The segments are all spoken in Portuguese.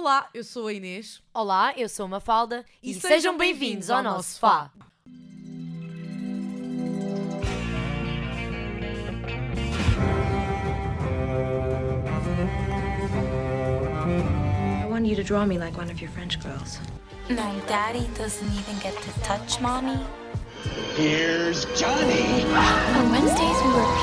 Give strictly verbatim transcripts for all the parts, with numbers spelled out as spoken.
Olá, eu sou a Inês. Olá, eu sou a Mafalda e, e sejam, sejam bem-vindos ao nosso Fá. I want you to draw me like one of your French girls. No, Daddy doesn't even get to touch Mommy. Here's Johnny. On Wednesdays we were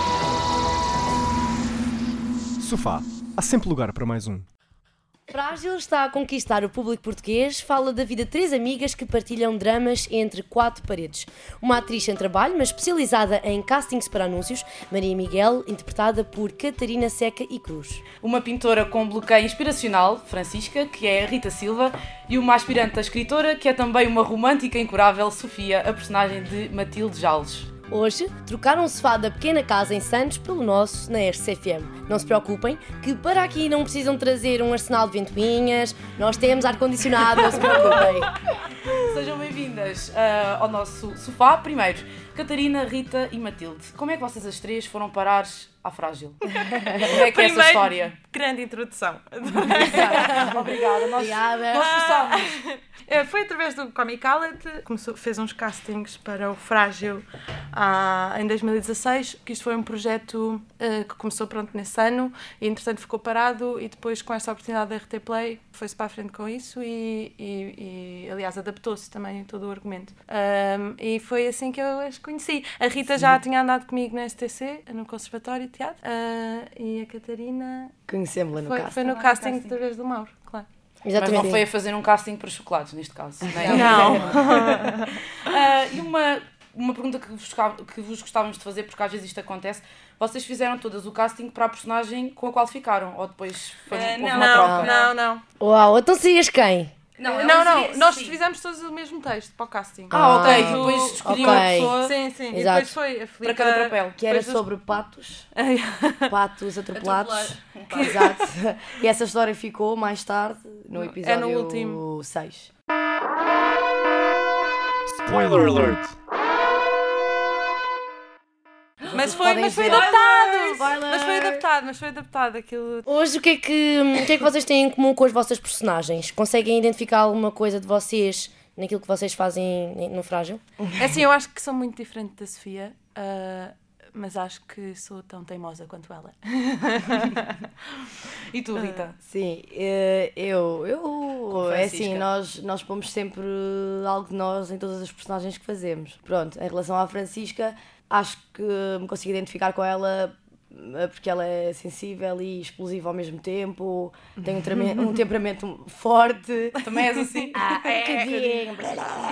picking. Sofá. Há sempre lugar para mais um. Frágil está a conquistar o público português, fala da vida de três amigas que partilham dramas entre quatro paredes. Uma atriz sem trabalho, mas especializada em castings para anúncios, Maria Miguel, interpretada por Catarina Seca e Cruz. Uma pintora com bloqueio inspiracional, Francisca, que é a Rita Silva, e uma aspirante a escritora, que é também uma romântica incurável, Sofia, a personagem de Matilde Jales. Hoje, trocaram o sofá da pequena casa em Santos pelo nosso na R C F M. Não se preocupem, que para aqui não precisam trazer um arsenal de ventoinhas, nós temos ar-condicionado, não se preocupem. Sejam bem-vindas uh, ao nosso sofá. Primeiro, Catarina, Rita e Matilde. Como é que vocês as três foram parar à Frágil? Como é que é essa história? Grande introdução. Obrigada. Nós, Obrigada. Nós forçámos. Ah, foi através do Comicalet, começou, fez uns castings para o Frágil ah, em dois mil e dezasseis, que isto foi um projeto ah, que começou pronto nesse ano e entretanto ficou parado, e depois com esta oportunidade da R T Play foi-se para a frente com isso e, e, e aliás adaptou-se também todo o argumento. Um, e foi assim que eu as conheci. A Rita Sim. já tinha andado comigo na S T C, no Conservatório de Teatro, uh, e a Catarina conhecemos-la no foi, casting. foi no casting, casting através do Mauro, claro. Exatamente. Mas não foi a fazer um casting para chocolates, neste caso. Não. não. uh, e uma, uma pergunta que vos, que vos gostávamos de fazer, porque às vezes isto acontece, vocês fizeram todas o casting para a personagem com a qual ficaram? Ou depois foi uh, houve não, uma troca? Não, não. Uau, então serias quem? Não, não, não, nós sim. fizemos todos o mesmo texto para o casting. Ah, ok, ah, depois escolhiam okay. a pessoa. Sim, sim, Exato. e depois foi a Filipe. Para cada papel. Que era dos... sobre patos, patos atropelados. Um Exato. E essa história ficou mais tarde, no episódio é no último. seis. Spoiler alert! Mas foi, mas foi adaptado! Spoiler. Mas foi adaptado, mas foi adaptado aquilo. Hoje, o que, é que, o que é que vocês têm em comum com as vossas personagens? Conseguem identificar alguma coisa de vocês naquilo que vocês fazem no Frágil? É assim, eu acho que sou muito diferente da Sofia, uh, mas acho que sou tão teimosa quanto ela. E tu, Rita? Uh, sim, eu, eu é assim, nós, nós pomos sempre algo de nós em todas as personagens que fazemos. Pronto, em relação à Francisca, acho que me consigo identificar com ela porque ela é sensível e explosiva ao mesmo tempo, tem um, trame- um temperamento forte. Também és assim? Ah, é, um bocadinho.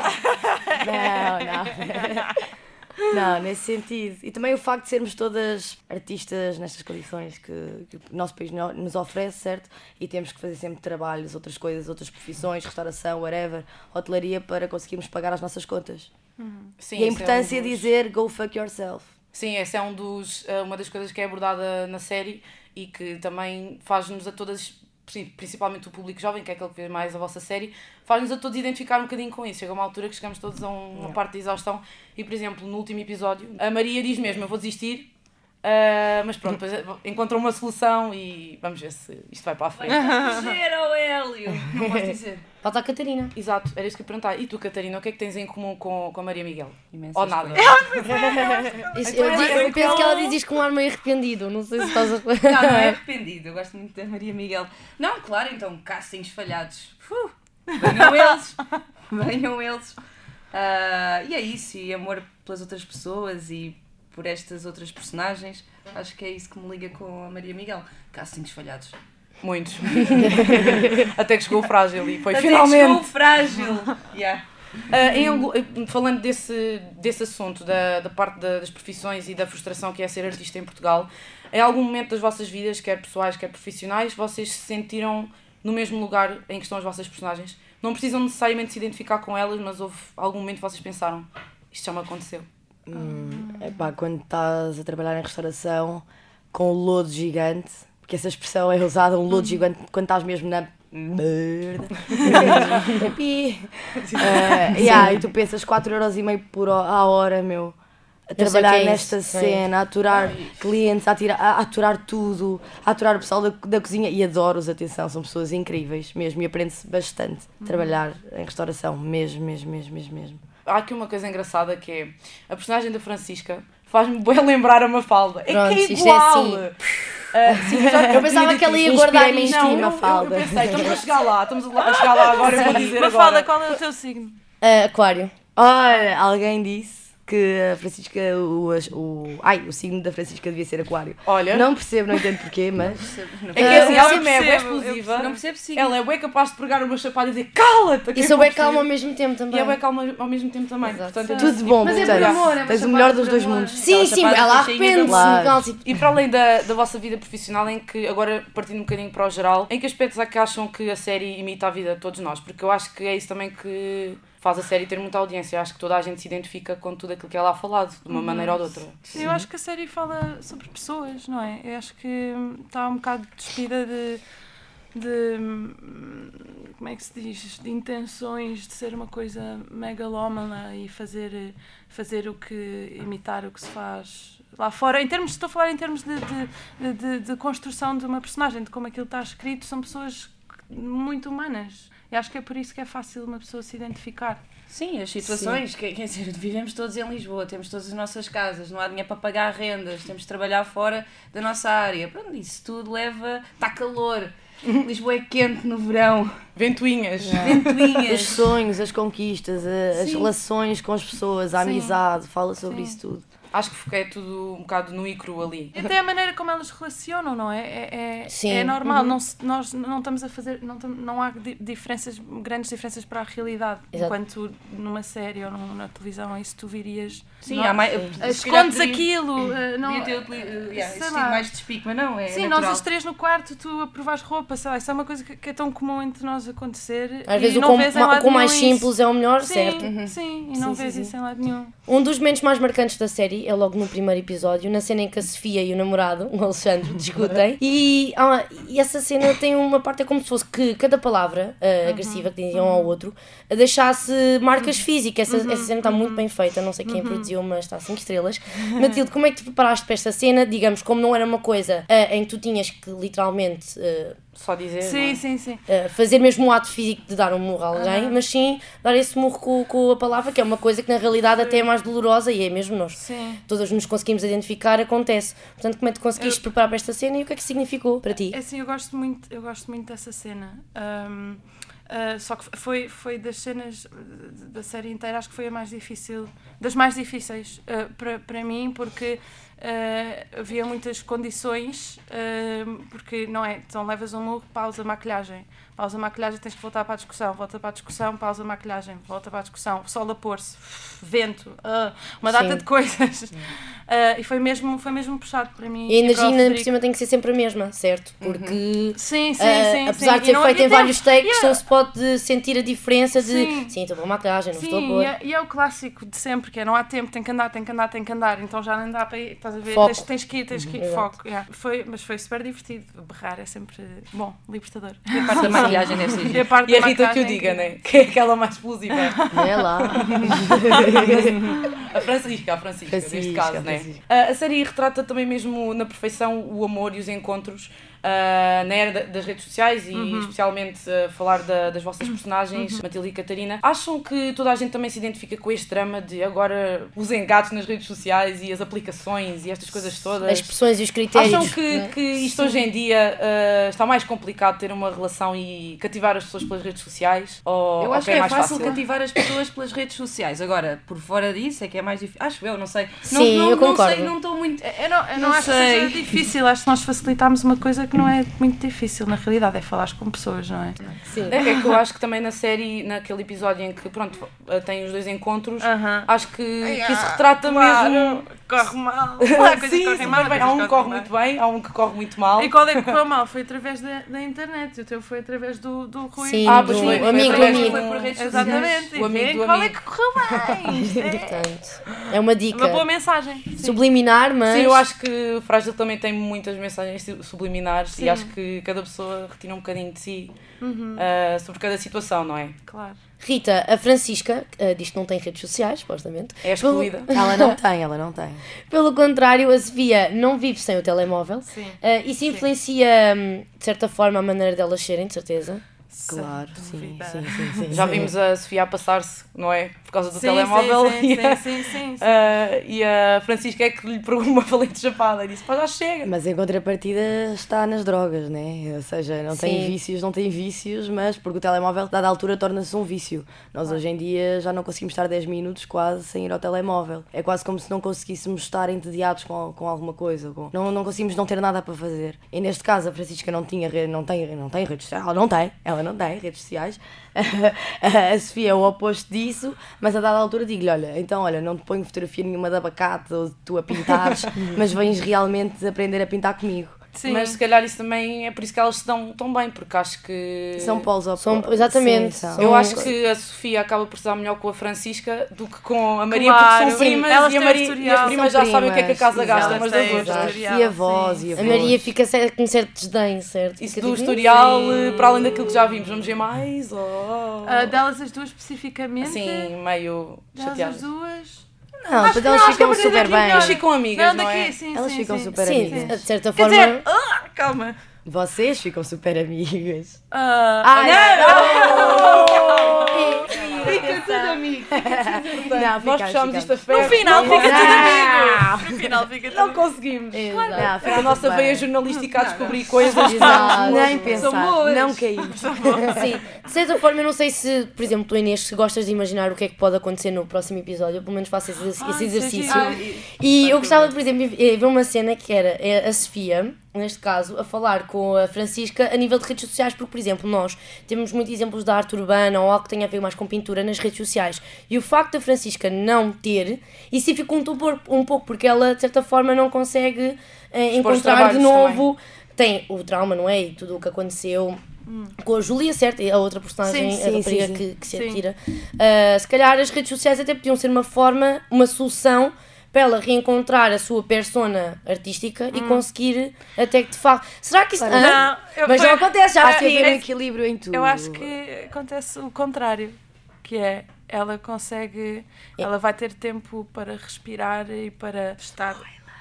Não, não. Não, nesse sentido. E também o facto de sermos todas artistas nestas condições que, que o nosso país nos oferece, certo? E temos que fazer sempre trabalhos, outras coisas, outras profissões, restauração, whatever, hotelaria, para conseguirmos pagar as nossas contas. Uhum. Sim, e a importância é um dos... de dizer go fuck yourself. Sim, essa é um dos, uma das coisas que é abordada na série e que também faz-nos a todas, principalmente o público jovem, que é aquele que vê mais a vossa série, faz-nos a todos identificar um bocadinho com isso. Chega uma altura que chegamos todos a um, uma parte de exaustão e, por exemplo, no último episódio, a Maria diz mesmo, eu vou desistir, uh, mas pronto, depois encontra uma solução e vamos ver se isto vai para a frente. Cheira o Hélio! Não posso dizer. Falta a Catarina. Exato, era isso que eu ia perguntar. E tu, Catarina, o que é que tens em comum com, com a Maria Miguel? Imensas Ou nada? Isso, eu, digo, eu penso que ela diz isto com um ar meio arrependido. Não sei se estás a... Não, não é arrependido. Eu gosto muito da Maria Miguel. Não, claro, então, castings falhados. Uh, venham eles. Venham eles. Uh, e é isso. E amor pelas outras pessoas e por estas outras personagens. Acho que é isso que me liga com a Maria Miguel. Castings falhados. Muitos. Até que chegou o Frágil e foi Até finalmente. Até que chegou o Frágil. Yeah. Uh, em, falando desse, desse assunto, da, da parte da, das profissões e da frustração que é ser artista em Portugal, em algum momento das vossas vidas, quer pessoais, quer profissionais, vocês se sentiram no mesmo lugar em que estão as vossas personagens? Não precisam necessariamente se identificar com elas, mas houve algum momento que vocês pensaram, isto já me aconteceu? Hum, epá, quando estás a trabalhar em restauração com um lodo gigante, porque essa expressão é usada, um lodo gigante, quando estás mesmo na merda. uh, yeah, e tu pensas quatro euros e meio por a hora, meu. a trabalhar é nesta isso, cena, a aturar Ai. clientes, a, atirar, a aturar tudo, a aturar o pessoal da, da cozinha e adoro-os, atenção, são pessoas incríveis mesmo e aprende-se bastante a trabalhar em restauração, mesmo, mesmo, mesmo, mesmo, mesmo. Há aqui uma coisa engraçada que é a personagem da Francisca faz-me bem lembrar a Mafalda. É Pronto, que é isto é igual! assim. Uh, sim, eu, já- Eu pensava que ela ia guardar-me isto. Não, eu, eu, Mafalda. eu pensei, estamos a chegar lá, estamos a chegar lá agora, eu vou dizer Mafalda, agora. qual é o teu signo? Uh, aquário. Olha, alguém disse que a Francisca, o, o, ai, o signo da Francisca devia ser aquário. Olha, Não percebo, não entendo porquê, mas... é que é assim, Eu ela é bué percebo, eu explosiva, Não percebo sim. ela é bué capaz de pegar uma chapada e dizer cala-te! E sou bem calma ao mesmo tempo também. E é bué calma ao mesmo tempo também. Exato. Portanto, eu Tudo disse, bom, Mas é portanto, por amor, é uma tens o chapada melhor por dos dois amor. mundos. Sim, Aquela sim, chapada ela cheinha de arrepende-se. Claro. Não, tipo, E para além da, da vossa vida profissional, em que, agora partindo um bocadinho para o geral, em que aspectos é que acham que a série imita a vida de todos nós? Porque eu acho que é isso também que faz a série ter muita audiência. Eu acho que toda a gente se identifica com tudo aquilo que ela há falado, de uma maneira ou de outra. Eu acho que a série fala sobre pessoas, não é? Eu acho que está um bocado despida de, de. Como é que se diz? De intenções de ser uma coisa megalómana e fazer, fazer o que. imitar o que se faz lá fora. Em termos, estou a falar em termos de, de, de, de construção de uma personagem, de como aquilo está escrito, são pessoas muito humanas. E acho que é por isso que é fácil uma pessoa se identificar. Sim, as situações, que, quer dizer, vivemos todos em Lisboa, temos todas as nossas casas, não há dinheiro para pagar rendas, temos de trabalhar fora da nossa área. Pronto, isso tudo leva. Está calor, Lisboa é quente no verão, Ventoinhas. Os ventoinhas. sonhos, as conquistas, a- as Sim. relações com as pessoas, a Sim. amizade, fala sobre Sim. isso tudo. Acho que fiquei tudo um bocado nu e cru ali. E até a maneira como elas se relacionam, não é? É, é, Sim. é normal, não se- nós não estamos a fazer, não, tam- não há di- diferenças, grandes diferenças para a realidade. Exato. Enquanto numa série ou num- na televisão, isso tu virias. Sim, não- há mais. Escondes aquilo. eh, não, Podia ter utili- uh, yeah, sei existido lá. mais despique, mas não, é Sim, natural. nós as três no quarto, tu a provares roupa, sei lá, isso é uma coisa que, que é tão comum entre nós acontecer. às e vezes o não com, vês em ma- lado o com mais nenhum isso. simples é o melhor, Sim, certo? sim, e não Sim, vês sim, isso sim. em lado nenhum. Um dos momentos mais marcantes da série é logo no primeiro episódio, na cena em que a Sofia e o namorado, o Alexandre, discutem. E, ah, e essa cena tem uma parte, é como se fosse que cada palavra uh, agressiva que diziam um ao outro deixasse marcas físicas. Essa, essa cena está muito bem feita, não sei quem produziu, mas está a cinco estrelas. Matilde, como é que te preparaste para esta cena? Digamos, como não era uma coisa uh, em que tu tinhas que literalmente. Uh, Só dizer. não Sim, é? sim, sim. Uh, fazer mesmo um ato físico de dar um murro a alguém, mas sim dar esse murro com, com a palavra, que é uma coisa que na realidade até é mais dolorosa e é mesmo nós. Sim. Todas nos conseguimos identificar, acontece. Portanto, como é que tu conseguiste preparar para esta cena e o que é que significou para ti? É assim, eu gosto muito, eu gosto muito dessa cena. Ahm, ah, só que foi, foi das cenas da série inteira, acho que foi a mais difícil, das mais difíceis ah, para, para mim, porque ah, havia muitas condições, ah, porque não é, então levas um murro, pausa a maquilhagem, pausa a maquilhagem, tens que voltar para a discussão, volta para a discussão, pausa a maquilhagem, volta para a discussão, sol a pôr-se, vento, ah, uma data Sim. de coisas. Ah, e foi mesmo, foi mesmo puxado para mim. E a para o energia por Frederico. cima tem que ser sempre a mesma, certo? Porque Sim, sim, ah, sim. apesar sim. de ser E não feito em havia vários tempo. takes, Yeah. não se pode sentir a diferença de Sim. sim, estou a pôr maquilhagem, não estou a Sim, pôr. e é, e é o clássico de sempre, que é não há tempo, tem que andar, tem que andar, tem que andar, então já não dá para ir, estás a ver, Foco. tens, tens que ir, tens que ir, Exato. foco. Yeah. Foi, mas foi super divertido, berrar é sempre bom, libertador. E a parte da maquilhagem deve ser E a parte E a da Rita que o maquilhagem diga, é né? Que é aquela mais explosiva. É lá. A Francisca, a Francisca, neste Francisca, caso, a né? Francisca. A, a série retrata também mesmo na perfeição o amor e os encontros ah, na era da- das redes sociais e especialmente a falar da- das vossas personagens, Matilde e Catarina. Acham que toda a gente também se identifica com este drama de agora os engates nas redes sociais e as aplicações e estas coisas todas? As expressões e os critérios. Acham que, né? que isto hoje em dia ah, está mais complicado ter uma relação e cativar as pessoas pelas redes sociais? Ou, Eu ou acho que é é mais fácil fácil? cativar as pessoas pelas redes sociais. Agora, por fora disso, é que é mais difícil. Acho eu, não sei. Sim, não, não, eu não concordo. sei, não estou muito. Eu não, eu não, Não acho sei. que seja difícil, acho que nós facilitámos uma coisa que não é muito difícil, na realidade, é falar com pessoas, não é? Sim. É, é que eu acho que também na série, naquele episódio em que, pronto, tem os dois encontros, Aham. acho que, que isso retrata Claro, mesmo... corre mal. Há coisas Sim, que correm sim, mal, também. coisas Há um que corre correm muito bem, há um que corre muito mal. E qual é que correu mal? Foi através da, da internet, o teu foi através do, do Rui. Sim, Ah, do pois foi, foi amigo, através- amigo. foi por redes sociais. Exatamente. O amigo E do qual amigo. é que correu bem? Isto é Portanto, é uma dica. uma boa mensagem. Sim. Subliminar, mas. Sim, eu acho que o Frágil também tem muitas mensagens subliminares Sim. e acho que cada pessoa retira um bocadinho de si ah, sobre cada situação, não é? Claro. Rita, a Francisca, uh, diz que não tem redes sociais, supostamente. É excluída. Pelo... Ela não tem, ela não tem. Pelo contrário, a Sofia não vive sem o telemóvel. Sim. Uh, isso influencia, um, de certa forma, a maneira delas serem, de certeza. Claro, sim, sim, sim, sim. Já vimos a Sofia a passar-se, não é? Por causa do sim, telemóvel. Sim, e, sim, a, sim, sim, sim, sim. Uh, e a Francisca é que lhe pegou uma valente chapada e disse, pá, já chega. Mas em contrapartida está nas drogas, né? Ou seja, não tem Sim. vícios, não tem vícios, mas porque o telemóvel, dada altura, torna-se um vício. Nós hoje em dia já não conseguimos estar dez minutos quase sem ir ao telemóvel. É quase como se não conseguíssemos estar entediados com, com alguma coisa. Com... Não, não conseguimos não ter nada para fazer. E neste caso a Francisca não, tinha, não, tem, não tem redes sociais, ela não tem, ela não tem redes sociais. A Sofia é o oposto disso, mas a dada altura digo-lhe, olha, então olha, não te ponho fotografia nenhuma de abacate ou de tu a pintares, mas vens realmente aprender a pintar comigo. Sim. Mas se calhar isso também é por isso que elas se dão tão bem, porque acho que... São polos opostos. Exatamente. Sim, eu acho que a Sofia acaba por se dar melhor com a Francisca do que com a Maria, claro, porque são sim, primas elas e, a Maria, e as primas já primas, sabem o que é que a casa gasta elas umas das têm outras. historial, E avós, sim. e A avós. Maria fica com certo desdém, certo? Isso Fica do tipo, historial, "Sim." para além daquilo que já vimos, vamos ver mais? Oh. Uh, delas as duas especificamente? Assim, meio delas chateadas. as duas? Não, Acho mas que elas não, acho que ficam a partir super daqui bem. Elas ficam amigas, Não, não, daqui, é? sim, Elas sim, ficam sim. super Sim, amigas. de certa Quer forma. dizer, ah, calma. Vocês ficam super amigas. Ah, Ai, Fica tudo amigo. Não, Nós fica- puxámos fica- isto a ferro. no final não fica tudo conseguimos. amigo. No final fica tudo Não amigo. conseguimos. Exato. Não, fica A nossa tudo veia bem. jornalística a descobrir coisas. Exato. Nem pensar, boas. não caímos. Sim, de certa forma, eu não sei se, por exemplo, tu, Inês, se gostas de imaginar o que é que pode acontecer no próximo episódio, eu pelo menos faço esse, esse Ah, isso é exercício. giro. E eu gostava, por exemplo, de ver uma cena que era a Sofia, neste caso, a falar com a Francisca a nível de redes sociais, porque, por exemplo, nós temos muitos exemplos da arte urbana ou algo que tenha a ver mais com pintura nas redes sociais. E o facto da Francisca não ter, isso dificulta um pouco, um pouco porque ela, de certa forma, não consegue eh, encontrar de novo. Tem o trauma, não é? E tudo o que aconteceu hum. com a Júlia, certo? E a outra personagem, Sim, a sim, rapariga sim, sim. que, que se Sim. atira. Uh, se calhar as redes sociais até podiam ser uma forma, uma solução para ela reencontrar a sua persona artística e conseguir até que de facto... Será que isso... Claro. Ah, Não, eu mas foi- não acontece, já Há que aqui. haver um equilíbrio em tudo. Eu acho que acontece o contrário, que é ela consegue, ela vai ter tempo para respirar e para estar.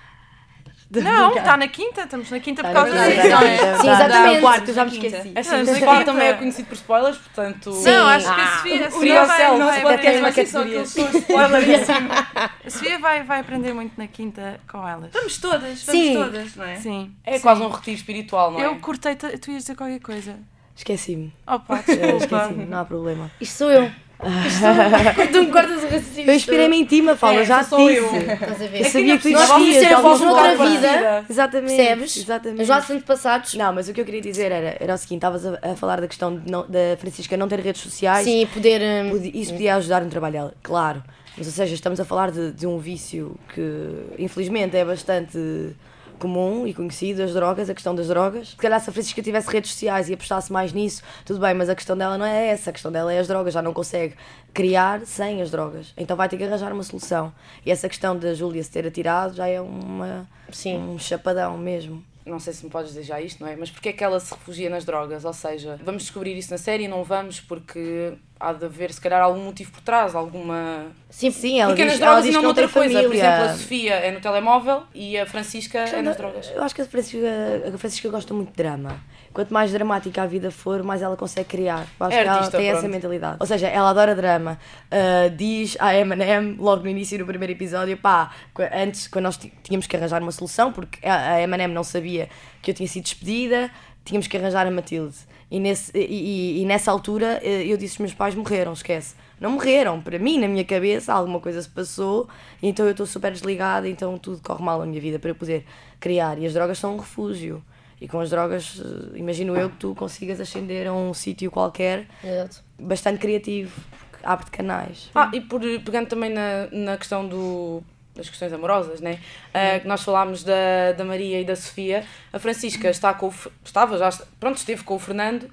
Não, está na quinta, estamos na quinta por Tá, causa tá, disso, tá, não tá, é? tá, Sim, tá, exatamente. tá, quarto, já me esqueci. Assim, Estamos o na Sofia quinta. também é conhecido por spoilers, portanto... Não, acho que a Ah. Sofia, a Free Sofia vai, yourself, vai, nosso vai, podcast uma vai ser só categoria. aqueles sons de spoilers em cima. a Sofia vai, vai aprender muito na quinta com elas. Vamos todas, vamos Sim. todas, não é? Sim. É sim. quase um retiro espiritual, não é? Eu cortei, tu ias dizer qualquer coisa. Esqueci-me. Opa, Eu desculpa. Esqueci-me, não há problema. Isto sou eu. Isto sou eu. Quando tu me cortas o raciocínio. Eu inspirei-me em ti, Mafalda, É, já sou só disse. eu. Estás a ver? Eu sabia que tu Nós existias, conhecemos de alguma noutra forma. vida. Exatamente. Percebes? Exatamente. Os nossos antepassados. Não, mas o que eu queria dizer era, era o seguinte, estavas a, a falar da questão de não- da Francisca não ter redes sociais. Sim, poder. hum, Podi- Isso podia ajudar no trabalho dela, claro. Mas, ou seja, estamos a falar de, de um vício que, infelizmente, é bastante comum e conhecido, as drogas, a questão das drogas. Se calhar se a Francisca tivesse redes sociais e apostasse mais nisso, tudo bem, mas a questão dela não é essa, a questão dela é as drogas, já não consegue criar sem as drogas. Então vai ter que arranjar uma solução. E essa questão da Júlia se ter atirado já é uma, Sim. um chapadão mesmo. Não sei se me podes dizer já isto, não é? Mas porquê é que ela se refugia nas drogas? Ou seja, vamos descobrir isso na série e não vamos porque há de haver, se calhar, algum motivo por trás, alguma... Sim, Sim, ela Porque é diz, nas ela drogas diz e não que não noutra tem coisa. família. Por exemplo, a Sofia é no telemóvel e a Francisca é nas drogas. Eu acho que a Francisca, a Francisca gosta muito de drama. Quanto mais dramática a vida for, mais ela consegue criar. Eu acho É que ela artista, tem essa pronto. mentalidade. Ou seja, ela adora drama. Uh, diz à M and M, logo no início do primeiro episódio, pá, qu- antes, quando nós tí- tínhamos que arranjar uma solução, porque a a M and M não sabia que eu tinha sido despedida, tínhamos que arranjar a Matilde. E, nesse, e, e, e nessa altura eh, eu disse que os meus pais morreram, esquece. Não morreram, para mim, na minha cabeça, alguma coisa se passou, e então eu estou super desligada, então tudo corre mal na minha vida para eu poder criar. E as drogas são um refúgio. E com as drogas, eh, imagino eu que tu consigas ascender a um sítio qualquer Exato. bastante criativo, que abre-te canais. Ah, e por, pegando também na, na questão do, das questões amorosas, né? Uh, que nós falámos da, da Maria e da Sofia, a Francisca está com o, F- estava, já, está- pronto, esteve com o Fernando, uh,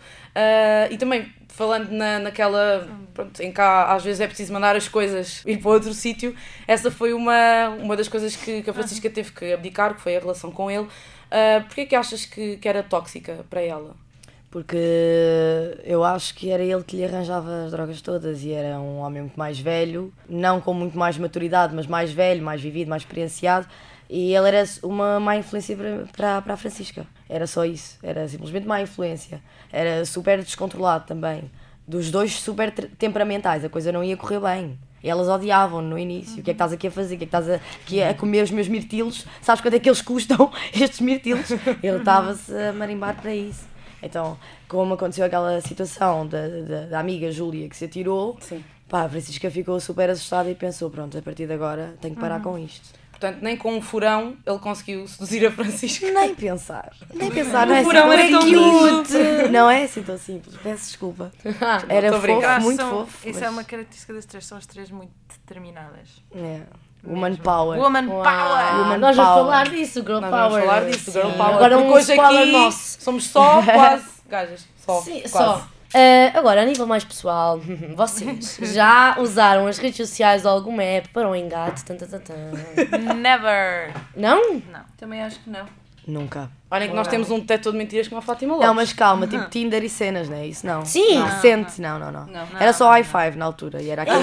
e também falando na, naquela, pronto, em que há, às vezes é preciso mandar as coisas ir para outro sítio, essa foi uma, uma das coisas que, que a Francisca teve que abdicar, que foi a relação com ele. Uh, Porquê é que achas que, que era tóxica para ela? Porque eu acho que era ele que lhe arranjava as drogas todas e era um homem muito mais velho, não com muito mais maturidade, mas mais velho, mais vivido, mais experienciado. E ele era uma má influência para, para, para a Francisca. Era só isso. Era simplesmente má influência. Era super descontrolado também. Dos dois super temperamentais. A coisa não ia correr bem. E elas odiavam no início. Uhum. O que é que estás aqui a fazer? O que é que estás a, aqui a comer os meus mirtilos? Sabes quanto é que eles custam, estes mirtilos? Ele estava-se a marimbar para isso. Então, como aconteceu aquela situação da, da, da amiga Júlia que se atirou, Sim. Pá, a Francisca ficou super assustada e pensou, pronto, a partir de agora tenho que parar uhum. com isto. Portanto, nem com um furão ele conseguiu seduzir a Francisca. Nem pensar. Nem pensar, não é assim tão cute. Não é assim tão simples. Peço desculpa. Era fofo, muito são, fofo. Isso mas... é uma característica das três, são as três muito determinadas. É. Woman Power. Woman Power. Woman Nós vamos falar disso, Girl Nós Power. Vamos falar disso, Girl Sim. Power. Agora porque um hoje aqui nosso. Somos só quase gajas. Só. Sim, quase. só. Uh, agora, a nível mais pessoal, vocês já usaram as redes sociais ou alguma app para um engate? Tan, tan, tan, tan. Never. Não? Não. Também acho que não. Nunca. Olhem que nós temos um detector de mentiras como a Fátima Lopes. Não, mas calma, tipo Tinder e cenas, não é? Isso não. Sim. Não. Recente, não, não, não. Não, não. Era só i cinco na altura e era aqueles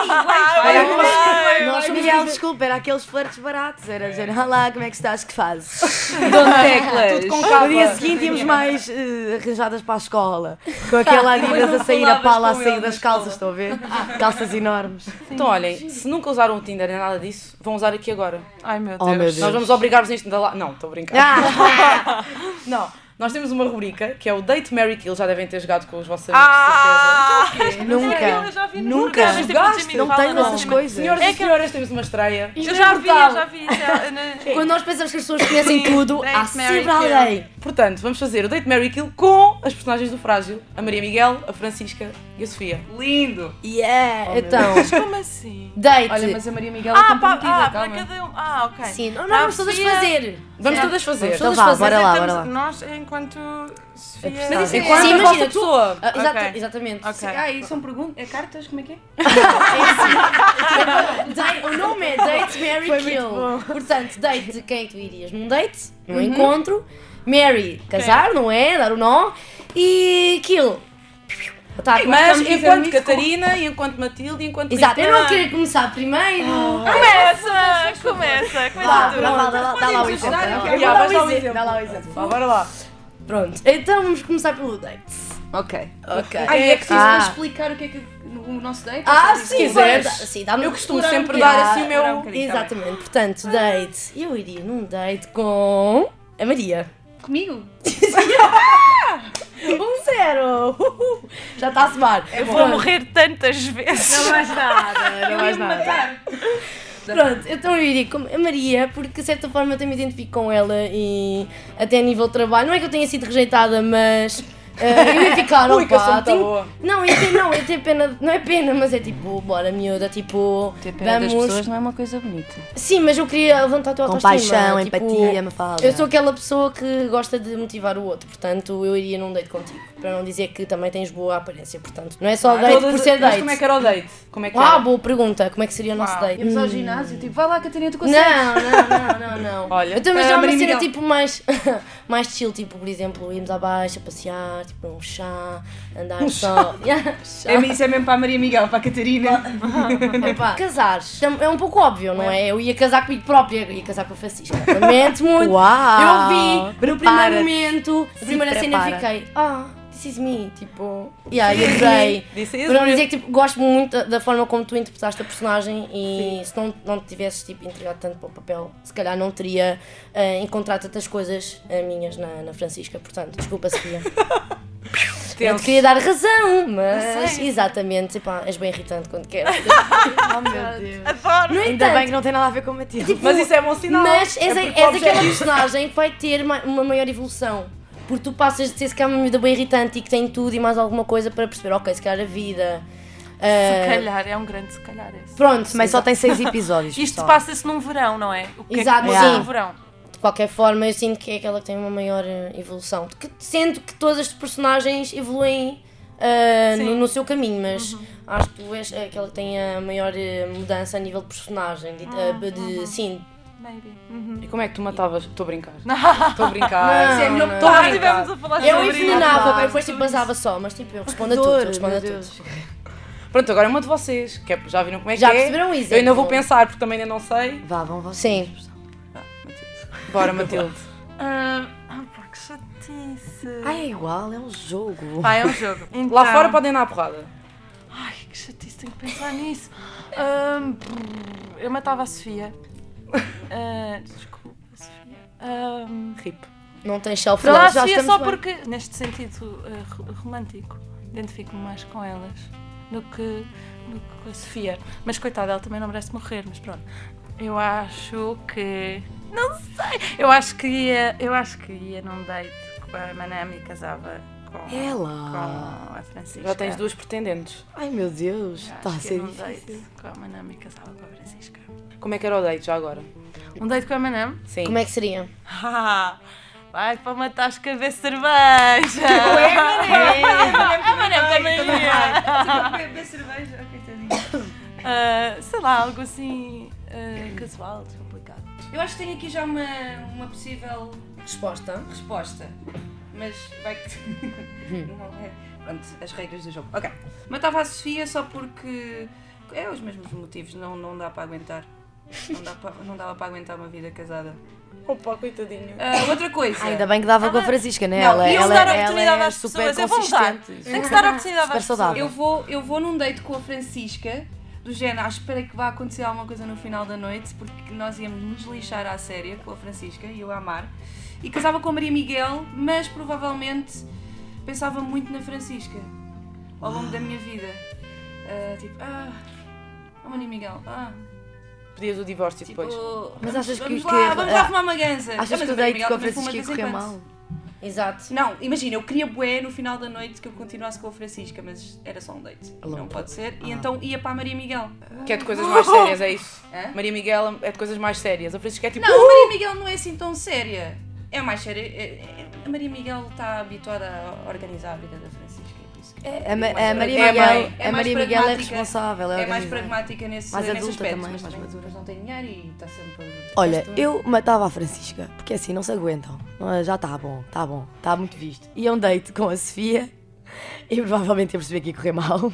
flirts. Miguel, desculpa, era aqueles flirts baratos. Era dizer, olá, como é que estás, que fazes? Dona Teclas. Tudo com capa. No dia seguinte íamos mais uh, arranjadas para a escola. Com aquela Adidas a sair, a pala a sair das calças, estão a ver? Calças enormes. Então olhem, se nunca usaram o Tinder nem nada disso, vão usar aqui agora. Ai meu Deus. Oh, meu Deus. Nós vamos obrigar-vos a isto. Não, estou a brincar. Ah. Não, nós temos uma rubrica que é o Date, Marry, Kill. Já devem ter jogado com os vossos Ah, amigos, de certeza. Nunca. Eu já vi Nunca. Nunca. Jogaste? Não tenho essas coisas. Senhoras É e que- senhoras, temos uma estreia. Eu já vi, eu já vi. já- na- Quando nós pensamos que as pessoas conhecem tudo, Date, há Marry, sempre Kill. alguém. Portanto, vamos fazer o Date, Marry, Kill com as personagens do Frágil. A Maria Miguel, a Francisca e a Sofia. Lindo! Yeah, então, Como assim? date. Olha, mas a Maria Miguel é Ah, pá, comprometida, ah para calma. cada um. Ah, ok. Sim, não, Ah, nós vamos todas Sofia- fazer. Vamos Sim. todas fazer. Então Todas vá, fazer. bora lá, Estamos- bora lá. Nós, enquanto Sofia... Mas isso é Enquanto Sim, a imagina, vossa tu- pessoa. Ah, exata- Ok. Exatamente. Ok. Ah, e são perguntas? É cartas? Como é que é? Date- o nome é Date, Marry, Kill. Portanto, date, quem é que tu irias? Num date, num encontro. Marry, casar, não é? Dar o nó. E Kill. Tá, Mas vamos dizer enquanto isso Catarina, e enquanto Matilde, e enquanto Exato, eu não Rita. queria começar primeiro. Começa! Começa! Começa Vá, tu. dá lá, dá lá, dá lá o exemplo. ajudar dá lá. aqui. Já, Vou vais dar dar um o exemplo. exemplo. Dá lá o exemplo. Vá, bora lá. Pronto, então vamos começar pelo date. Ok. Ok. Ah, e é preciso Ah. explicar o que é que o nosso date? Ah, Ou só sim, dizer? quiseres. bora dar- sim, dá-me Eu costumo explorar sempre um dar bocadinho. assim o meu- um bocadinho, tá bem. Exatamente, portanto, date. Eu iria num date com a Maria. Comigo? Um zero! Já está a somar. Eu vou morrer tantas vezes. Não mais nada, não mais nada. Pronto, então eu iria com a Maria, porque de certa forma eu também me identifico com ela e até a nível de trabalho. Não é que eu tenha sido rejeitada, mas uh, eu ia ficar, Ui, que eu sou opa, muito tenho... boa. Não, eu tenho, não, eu tenho pena, não é pena, mas é tipo, bora miúda, tipo, Ter pena das vamos... pessoas não é uma coisa bonita. Sim, mas eu queria levantar a tua autoestima. Compaixão, tipo, empatia, Mafalda. Eu sou aquela pessoa que gosta de motivar o outro, portanto eu iria num date contigo, para não dizer que também tens boa aparência, portanto, não é só date Todas- por ser mas date. como é que era o date? Como é que Ah, era? boa pergunta, como é que seria o nosso Uau. date? Íamos ao ginásio, tipo, vai lá, Catarina, tu consegues? Não, não, não, não, não. Olha, eu também ah, já uma Maria cena Miguel. tipo mais, mais chill, tipo, por exemplo, irmos à baixa, passear, tipo, um chá, andar só. Yeah, chá. É, isso é mesmo para a Maria Miguel, para a Catarina. Epá, casares, é um pouco óbvio, não é? Eu ia casar comigo própria, eu ia casar com a Francisca. Lamento muito. Uau! Eu vi, no primeiro Prepara-te. momento, na Se primeira cena prepara. fiquei, ah, this is me, tipo, yeah, eu adorei. This is Para não me. dizer que tipo, gosto muito da, da forma como tu interpretaste a personagem e se não, não te tivesses tipo, entregado tanto para o papel, se calhar não teria uh, encontrado tantas coisas uh, minhas na, na Francisca, portanto, desculpa Sofia. Eu te queria dar razão, mas exatamente, epá, és bem irritante quando queres. Oh meu Deus. Adoro! No Ainda entanto, bem que não tem nada a ver com a Matilde. Mas isso é bom sinal. mas és, É és porque o aquela objetivo- personagem que vai ter ma- uma maior evolução. Porque tu passas de ser se calhar uma miúda bem irritante e que tem tudo e mais alguma coisa para perceber, ok, se calhar a vida. Se ah, calhar, é um grande se calhar esse. Pronto, Mas só tem seis episódios. Isto pessoal. passa-se num verão, não é? O que Exato, é que muda sim. no verão? de qualquer forma eu sinto que é aquela que tem uma maior eh, evolução. Que, sinto que todas as personagens evoluem ah, no, no seu caminho, mas Uhum. acho que tu és aquela que tem a maior eh, mudança a nível de personagem, de, ah, de- sim, maybe. Uhum. E como é que tu matavas? Estou a brincar. Estou a brincar. Isso é melhor Estou a Ah, brincar. estivemos a falar Eu sobre envenenava, isso. depois tipo basava só, mas tipo, eu respondo a tudo, eu respondo a tudo. Pronto, agora é uma de vocês. Que é, já viram como é Já que é? perceberam isso? Eu ainda vou pensar, porque também ainda não sei. Vá, vão vocês. Sim. Bora, Matilde. Ah, ah, pá, que chatice. Ai, é igual, é um jogo. Pá, é um jogo. Então... Lá fora podem dar a porrada. Ai, que chatice, tenho que pensar nisso. Ahm, eu matava a Sofia. Ah, desculpa, Sofia. Ahm, Rip. Não tem shelf Não, a life. Sofia estamos só bem. porque, neste sentido eh, ro- romântico, identifico-me mais com elas do que, do que com a Sofia. Mas coitada, ela também não merece morrer, mas pronto. Eu acho que... Não sei! Eu acho que ia, eu acho que ia num date com a Manami e casava com, Ela. com a Francisca. Já tens duas pretendentes. Ai meu Deus, Eu está a acho que ser ia num difícil. date com a Manami e casava com a Francisca. Como é que era o date já agora? Um date com a Manami? Sim. Como é que seria? Ah, vai para matar as cabeças de cerveja! A Manami também ia! Beber cerveja, ok, tadinho. Ah, sei lá, algo assim ah, casual, descomplicado. Eu acho que tenho aqui já uma, uma possível Resposta. resposta, mas vai que. Não é. Pronto, as regras do jogo. Ok. Matava a Sofia só porque. É os mesmos motivos, não, não dá para aguentar. Não, dá para, não dava para aguentar uma vida casada. Opa, coitadinho. Ah, outra coisa. Ainda bem que dava com a Francisca, né? Não, ela, iam ela, dar a ela oportunidade é às super pessoas, eu vou mudar. consistente. Tem que se dar a oportunidade Super às pessoas. saudável. Eu vou, eu vou num date com a Francisca, do género, à espera que vá acontecer alguma coisa no final da noite, porque nós íamos nos lixar à séria com a Francisca e eu a amar. E casava com a Maria Miguel, mas provavelmente pensava muito na Francisca ao longo da minha vida. Ah, tipo, ah, a Maria Miguel, ah, Pedias o divórcio tipo, depois. Mas achas vamos que- lá, que- vamos lá fumar uma ganza. Achas Ah, mas que a o Maria date Miguel com a também fuma Francisca ia de vez em correr quando. mal? Exato. Não, imagina, eu queria bué no final da noite que eu continuasse com a Francisca, mas era só um date. Alô. Não pode ser. E então ia para a Maria Miguel. Que é de coisas mais sérias, é isso? Hã? Maria Miguel é de coisas mais sérias. A Francisca é tipo. Não, a Maria Miguel não é assim tão séria. É mais séria. é- é- A Maria Miguel está habituada a organizar a vida da Francisca. é por isso que- A, Ma- mais a Maria é Miguel, mãe. É a mais Maria Miguel é pragmática. responsável, é, É mais organizada. pragmática nesse, Mais nesse adulta aspecto, também, mas mais também, madura. mas não tem dinheiro e está sempre... Olha, eu matava a Francisca, porque assim não se aguentam. Não, já está bom, está bom, está muito visto. Ia um date com a Sofia e provavelmente ia perceber que ia correr mal.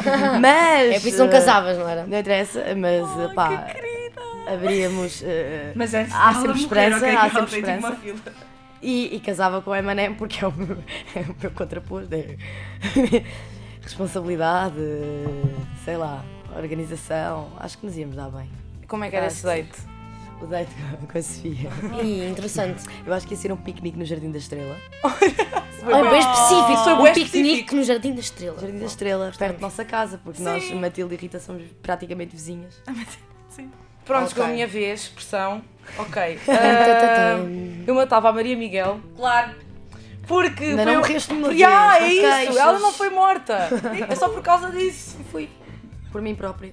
Mas. É por isso que não eh, casavas, não era? Não interessa, mas pá, abríamos. eh, Mas antes há dela sempre morrer, esperança, ok, há que ela sempre tem tipo uma esperança. fila. E, e casava com a Emanem porque é o meu, é o meu contraposto. É responsabilidade, sei lá, organização. Acho que nos íamos dar bem. Como é que era Acho esse que date? O date com- com a Sofia. Ih, interessante. Eu acho que ia ser um piquenique no Jardim da Estrela. É bem específico. Foi um bem piquenique específico. no Jardim da Estrela. Jardim da Estrela, perto da nossa casa, porque nós, Matilde e Rita, somos praticamente vizinhas. Sim. Pronto, Ok. chegou a minha vez, expressão. Ok. Ah, eu matava a Maria Miguel. Claro. Porque. Ainda foi não o- morreste nenhuma Ya, vez, é não isso! queixas. Ela não foi morta! É só por causa disso. Fui. Por mim própria.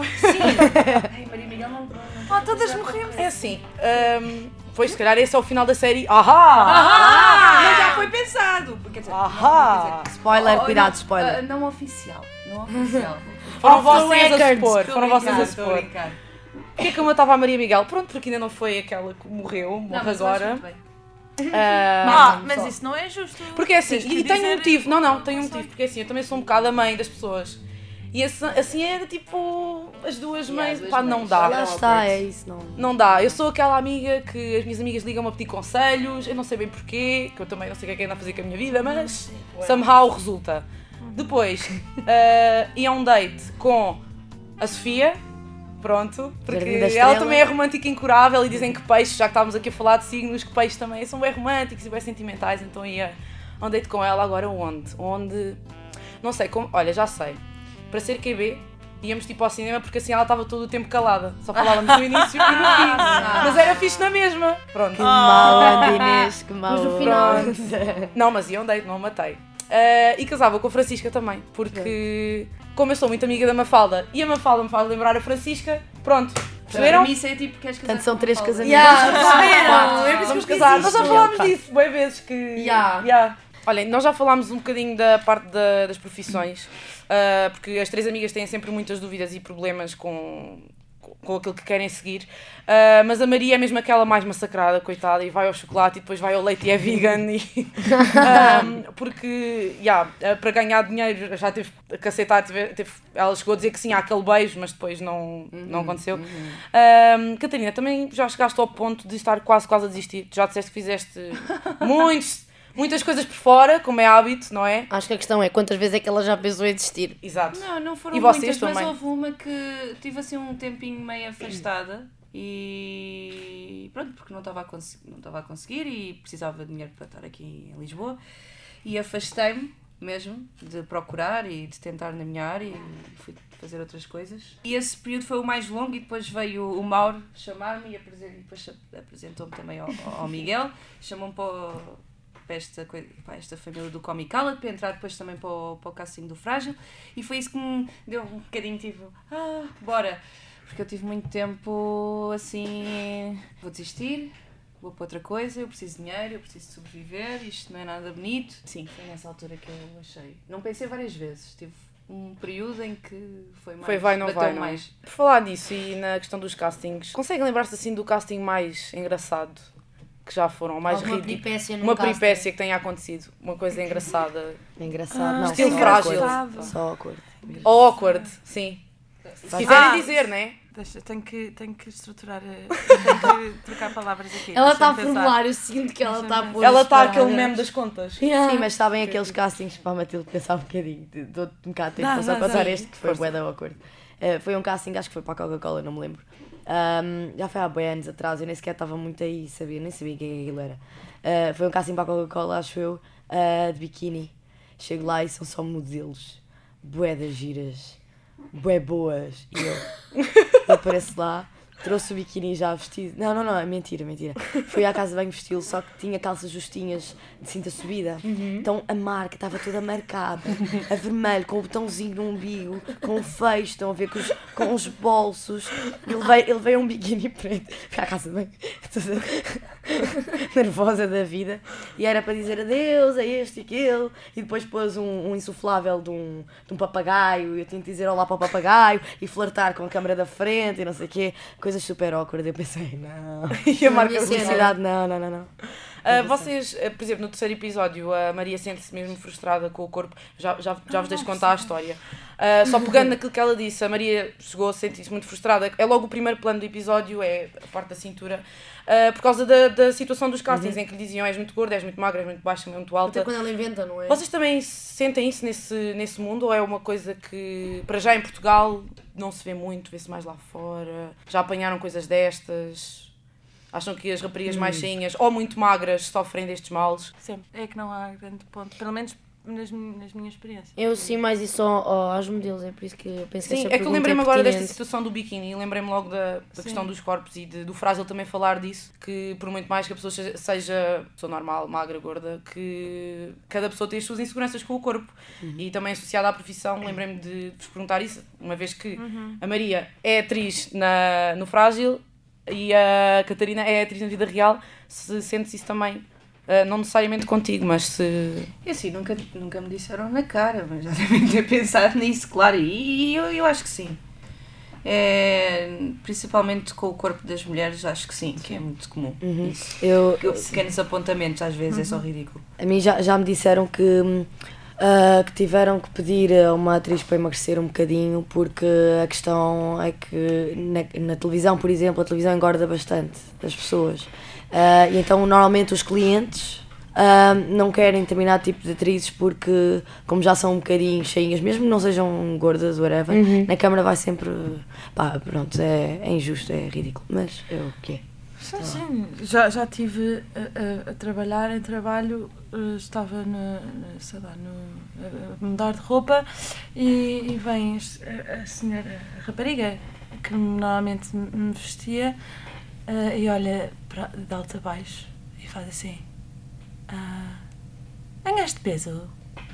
Ai, Maria Miguel não... Oh, todas morremos. É assim. ahm, pois, se calhar, esse é o final da série. Ahá! Ah! Mas já foi pensado. Porque, quer dizer, Ahá! não, quer dizer, Spoiler, oh, cuidado, não, spoiler. ah, não oficial. Não oficial. Foram Off the vocês a record. supor. Estou Foram a vocês a brincar, estou a supor. brincar. Porquê que eu matava a Maria Miguel? Pronto, porque ainda não foi aquela que morreu, Não, morre mas eu acho agora. muito bem. Ah, Ah, mas isso não é justo. Porque é assim, Tens que e tem um dizer- motivo, não, não, tem um motivo, porque assim, eu também sou um bocado a mãe das pessoas. E assim, assim era tipo as duas Yeah, mães, as duas pá, não mães. dá. Lá está, é isso. Não... Não dá, eu sou aquela amiga que as minhas amigas ligam-me a pedir conselhos, eu não sei bem porquê, que eu também não sei o que é que ando a fazer com a minha vida, mas somehow resulta. Depois, uh, ia a um date com a Sofia, pronto, porque Jardim da ela Estrela. também é romântica e incurável e dizem que peixes, já que estávamos aqui a falar de signos, que peixes também são bem românticos e bem sentimentais, então ia a um date com ela agora onde? Onde? Não sei, como, olha, já sei, para ser Q B íamos tipo ao cinema porque assim ela estava todo o tempo calada, só falávamos no início e no fim, mas era fixe na mesma, pronto. Que mal, Ana Inês, que mal. Mas no final- Não, mas ia um date, não a matei. Ah, e casava com a Francisca também, porque como eu sou muito amiga da Mafalda e a Mafalda me faz lembrar a Francisca, pronto, perceberam? Para mim isso é tipo, queres casar Portanto, são com três Mafalda? casamentos. Yeah, perceberam? É por isso Vamos que eu casar, fiz nós já isto. falámos disso, boas vezes que... Yeah. Yeah. Olhem, nós já falámos um bocadinho da parte da- das profissões, ah, porque as três amigas têm sempre muitas dúvidas e problemas com com aquilo que querem seguir. Uh, mas a Maria é mesmo aquela mais massacrada, coitada, e vai ao chocolate e depois vai ao leite e é vegan. E, um, porque, yeah, para ganhar dinheiro já teve que aceitar, teve, teve, ela chegou a dizer que sim, há aquele beijo, mas depois não, uhum, não aconteceu. Uhum. Um, Catarina, também já chegaste ao ponto de estar quase, quase a desistir. Já disseste que fizeste muitos... Muitas coisas por fora, como é hábito, não é? Acho que a questão é quantas vezes é que ela já pensou em desistir. Exato. Não, não foram e vocês muitas, também? Mas houve uma que tive assim um tempinho meio afastada e pronto, porque não estava a, cons- não estava a conseguir e precisava de dinheiro para estar aqui em Lisboa e afastei-me mesmo de procurar e de tentar na minha área e fui fazer outras coisas. E esse período foi o mais longo e depois veio o Mauro chamar-me e, apresen- e depois apresentou-me também ao, ao Miguel, chamou-me para o... para esta, para esta família do Comicala, para entrar depois também para o, para o casting do Frágil, e foi isso que me deu um bocadinho, tipo, ah, bora, porque eu tive muito tempo assim, vou desistir, vou para outra coisa, eu preciso de dinheiro, eu preciso de sobreviver, isto não é nada bonito. Sim, foi nessa altura que eu achei. Não pensei várias vezes, tive um período em que foi mais, foi vai, não vai, não. mais. Por falar disso e na questão dos castings, conseguem lembrar-se assim do casting mais engraçado que já foram, mais ridículo? Uma peripécia Uma peripécia que tenha acontecido, uma coisa engraçada. Engraçado, ah, não, estilo só frágil. Awkward. Só awkward. Ou awkward, sim. Se quiserem ah, dizer, não é? Deixa, tenho que, tenho que estruturar, tenho que trocar palavras aqui. Ela está a formular, eu sinto que ela está a pôr. Ela está aquele meme das contas. Yeah. Sim, mas sabem aqueles castings para a Matilde pensar um bocadinho, dou-te um bocado de tempo para só contar este que foi bué da awkward. Uh, foi um casting, acho que foi para a Coca-Cola, não me lembro. Um, já foi há bem anos atrás, eu nem sequer estava muito aí, sabia, nem sabia quem aquilo era. Uh, foi um casting para a Coca-Cola, acho eu, uh, de biquíni. Chego lá e são só modelos, bué das giras, bué boas. E eu, eu apareço lá, trouxe o biquíni já vestido. Não, não, não, é mentira, mentira. Fui à casa de banho vesti-lo, só que tinha calças justinhas de cinta subida. Uhum. Então a marca estava toda marcada, a vermelho, com o botãozinho no umbigo, com o fecho, estão a ver com os, com os bolsos. Ele veio, ele veio um biquíni preto. Fui à casa de banho, toda nervosa da vida. E era para dizer adeus a este e aquele. E depois pôs um, um insuflável de um, de um papagaio. E eu tinha que dizer olá para o papagaio e flertar com a câmara da frente e não sei o quê. Coisas super awkward, eu pensei, não. E a marca de publicidade, não, não, não, não. Uh, vocês, uh, por exemplo, no terceiro episódio, a Maria sente-se mesmo frustrada com o corpo, já, já, já vos deixo contar a história. Uh, só pegando naquilo que ela disse, a Maria chegou a sentir-se muito frustrada. É logo o primeiro plano do episódio, é a parte da cintura, uh, por causa da, da situação dos castings, uhum. em que lhe diziam és muito gorda, és muito magra, és muito baixa, és muito alta. Até quando ela inventa, não é? Vocês também sentem isso nesse, nesse mundo, ou é uma coisa que, para já em Portugal, não se vê muito, vê-se mais lá fora? Já apanharam coisas destas? Acham que as raparigas hum. mais cheinhas ou muito magras sofrem destes males? Sim, é que não há grande ponto, pelo menos nas, nas minhas experiências. Eu sim, mais isso ao, aos modelos, é por isso que eu penso que sim, essa é que eu lembrei-me é agora desta situação do biquíni e lembrei-me logo da, da sim. questão dos corpos e de, do Frágil também falar disso, que por muito mais que a pessoa seja, seja pessoa normal, magra, gorda, que cada pessoa tem as suas inseguranças com o corpo. Uhum. E também associada à profissão, lembrei-me de vos perguntar isso, uma vez que uhum. a Maria é atriz na, no Frágil e a Catarina é atriz na vida real, se sentes isso também, uh, não necessariamente contigo, mas se... É assim, nunca, nunca me disseram na cara, mas já devem ter pensado nisso, claro, e eu, eu acho que sim. É, principalmente com o corpo das mulheres, acho que sim, que é muito comum. Uhum. Isso. Eu, pequenos apontamentos às vezes, uhum. é só ridículo. A mim já, já me disseram que... Uh, que tiveram que pedir a uma atriz para emagrecer um bocadinho, porque a questão é que na, na televisão, por exemplo, a televisão engorda bastante as pessoas. Uh, e então normalmente os clientes uh, não querem determinado tipo de atrizes porque, como já são um bocadinho cheinhas, mesmo que não sejam gordas, whatever, uhum. na câmara vai sempre... Pá, pronto, é, é injusto, é ridículo, mas é o que é. Sim, sim. Já, já estive a, a, a trabalhar em trabalho, estava no, sei lá, no, a mudar de roupa e, e vem a, a senhora, a rapariga que normalmente me vestia uh, e olha para, de alto a baixo e faz assim: ah, ganhaste peso?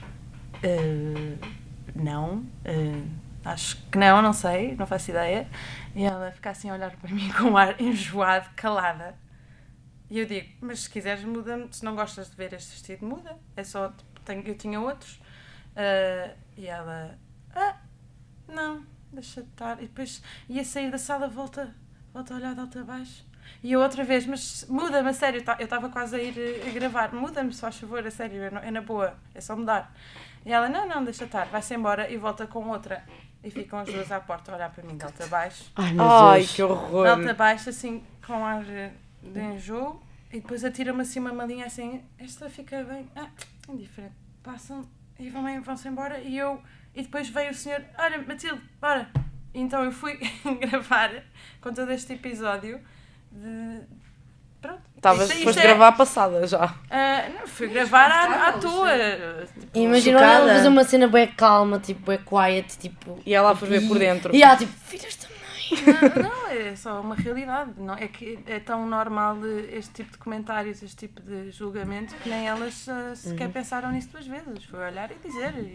Uh, não, uh, acho que não, não sei, não faço ideia. E ela fica assim a olhar para mim com um ar enjoado, calada. E eu digo, mas se quiseres muda-me, se não gostas de ver este vestido, muda. É só, tenho, eu tinha outros. Uh, e ela, ah, não, deixa estar. E depois ia sair da sala, volta, volta a olhar de alto a baixo. E eu outra vez, mas muda-me, a sério, eu estava quase a ir a gravar, muda-me, se faz favor, a sério, é na boa, é só mudar. E ela, não, não, deixa estar, vai-se embora e volta com outra. E ficam as duas à porta a olhar para mim, de alto a baixo. Ai, meu Deus. Ai, que horror. De alto a baixo, assim, com ar de enjoo. E depois atira-me assim uma malinha assim, esta fica bem, ah, indiferente. Passam e vão, vão-se embora e eu, e depois veio o senhor, olha, Matilde, bora. E então eu fui gravar com todo este episódio de... Pronto. Estavas, foste é... gravar a passada já. Uh, não, fui gravar à, à tua. Tipo, imagina ela fazer uma cena bem calma, tipo, bem quiet, tipo... E ela a ferver por dentro. E ela tipo, filhas também. Não, não, é só uma realidade. Não, é que é tão normal este tipo de comentários, este tipo de julgamento, que nem elas uh, sequer uhum. pensaram nisso duas vezes. Foi olhar e dizer. E,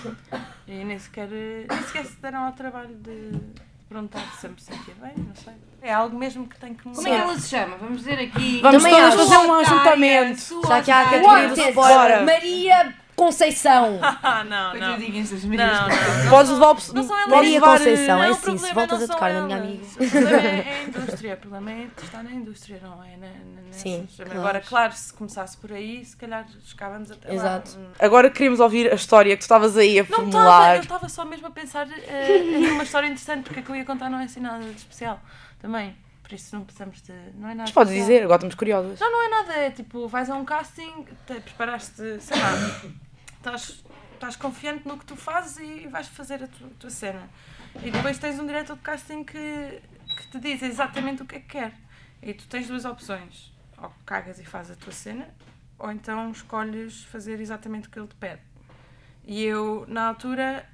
e nem, sequer, nem sequer se deram ao trabalho de perguntar se eu me sentia bem, não sei. É algo mesmo que tem que mudar. Como é que ela se chama? Vamos dizer aqui. Vamos também todas fazer um ajuntamento. Já que há a categoria do spoiler. Maria Conceição. Ah, não, não. Coitadinhas das Marias. Não, não, não. Podes levar o... Não são elas. Maria levar, Conceição, não, é assim, se voltas a tocar na minha amiga. O problema é, é a indústria, o problema é está na indústria, não é? Na, na, Sim, claro. Agora, claro, se começasse por aí, se calhar chegávamos até lá. Exato. Agora queríamos ouvir a história que tu estavas aí a não formular. Tava, eu estava só mesmo a pensar uh, numa história interessante, porque a que eu ia contar não é assim nada de especial também. Por isso não precisamos de... Não é nada. Mas podes dizer, agora estamos curiosas. Não, não é nada. É tipo, vais a um casting, te preparaste, sei lá, estás, estás confiante no que tu fazes e vais fazer a tua, a tua cena. E depois tens um diretor de casting que, que te diz exatamente o que é que quer. E tu tens duas opções. Ou cagas e fazes a tua cena, ou então escolhes fazer exatamente o que ele te pede. E eu, na altura,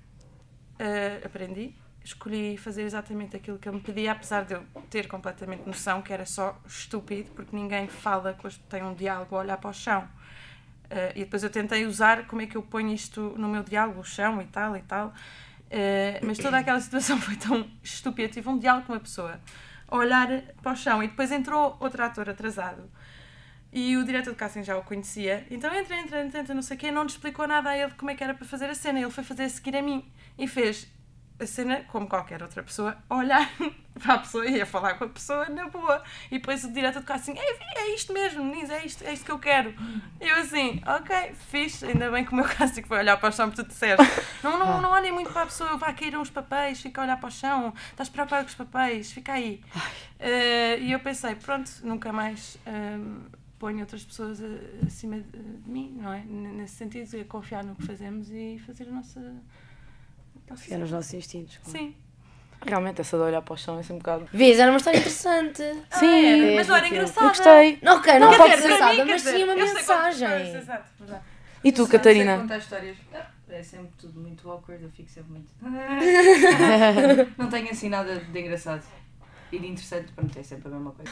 uh, aprendi. Escolhi fazer exatamente aquilo que ele me pedia, apesar de eu ter completamente noção que era só estúpido, porque ninguém fala, tem um diálogo a olhar para o chão. Uh, e depois eu tentei usar como é que eu ponho isto no meu diálogo, o chão e tal e tal. Uh, mas toda aquela situação foi tão estúpida. Tive um diálogo com uma pessoa a olhar para o chão e depois entrou outro ator atrasado. E o diretor de casting já o conhecia. Então entra, entra, entra, entra, não sei o quê, não lhe explicou nada a ele como é que era para fazer a cena. Ele foi fazer a seguir a mim e fez a cena, como qualquer outra pessoa, a olhar para a pessoa e a falar com a pessoa na boa. E depois o diretor de casting, é, é isto mesmo, meninos, é isto, é isto que eu quero. E eu assim, ok, fixe, ainda bem que o meu casting foi olhar para o chão porque tu disseste. Não, não, não olhem muito para a pessoa, vai cair uns papéis, fica a olhar para o chão, estás preocupado com os papéis, fica aí. Uh, e eu pensei, pronto, nunca mais um, ponho outras pessoas acima de, de mim, não é? Nesse sentido, é confiar no que fazemos e fazer a nossa... Confiar nos nossos instintos. Como? Sim. Realmente, essa de olhar para o chão é assim um bocado... Vês, era uma história interessante. Sim, ah, era, mas não era engraçada. Eu gostei. Não, ok, não, não pode ser engraçada, mas tinha uma mensagem. Exato, verdade. E tu, Catarina? Contar histórias. É sempre tudo muito awkward, eu fico sempre muito... Não tenho assim nada de engraçado. E de interessante, para não ter sempre a mesma coisa.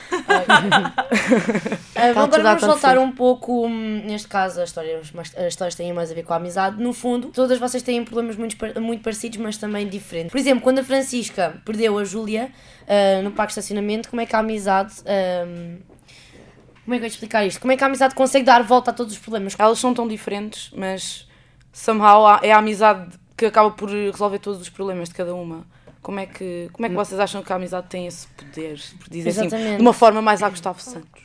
uh, agora vamos voltar um pouco, neste caso, as histórias, as histórias têm mais a ver com a amizade. No fundo, todas vocês têm problemas muito, muito parecidos, mas também diferentes. Por exemplo, quando a Francisca perdeu a Júlia uh, no parque de estacionamento, como é que a amizade... Um, como é que eu ia explicar isto? Como é que a amizade consegue dar volta a todos os problemas? Elas são tão diferentes, mas somehow é a amizade que acaba por resolver todos os problemas de cada uma. Como é, que, como é que vocês acham que a amizade tem esse poder? Por dizer Exatamente. assim, de uma forma mais a Gustavo Santos.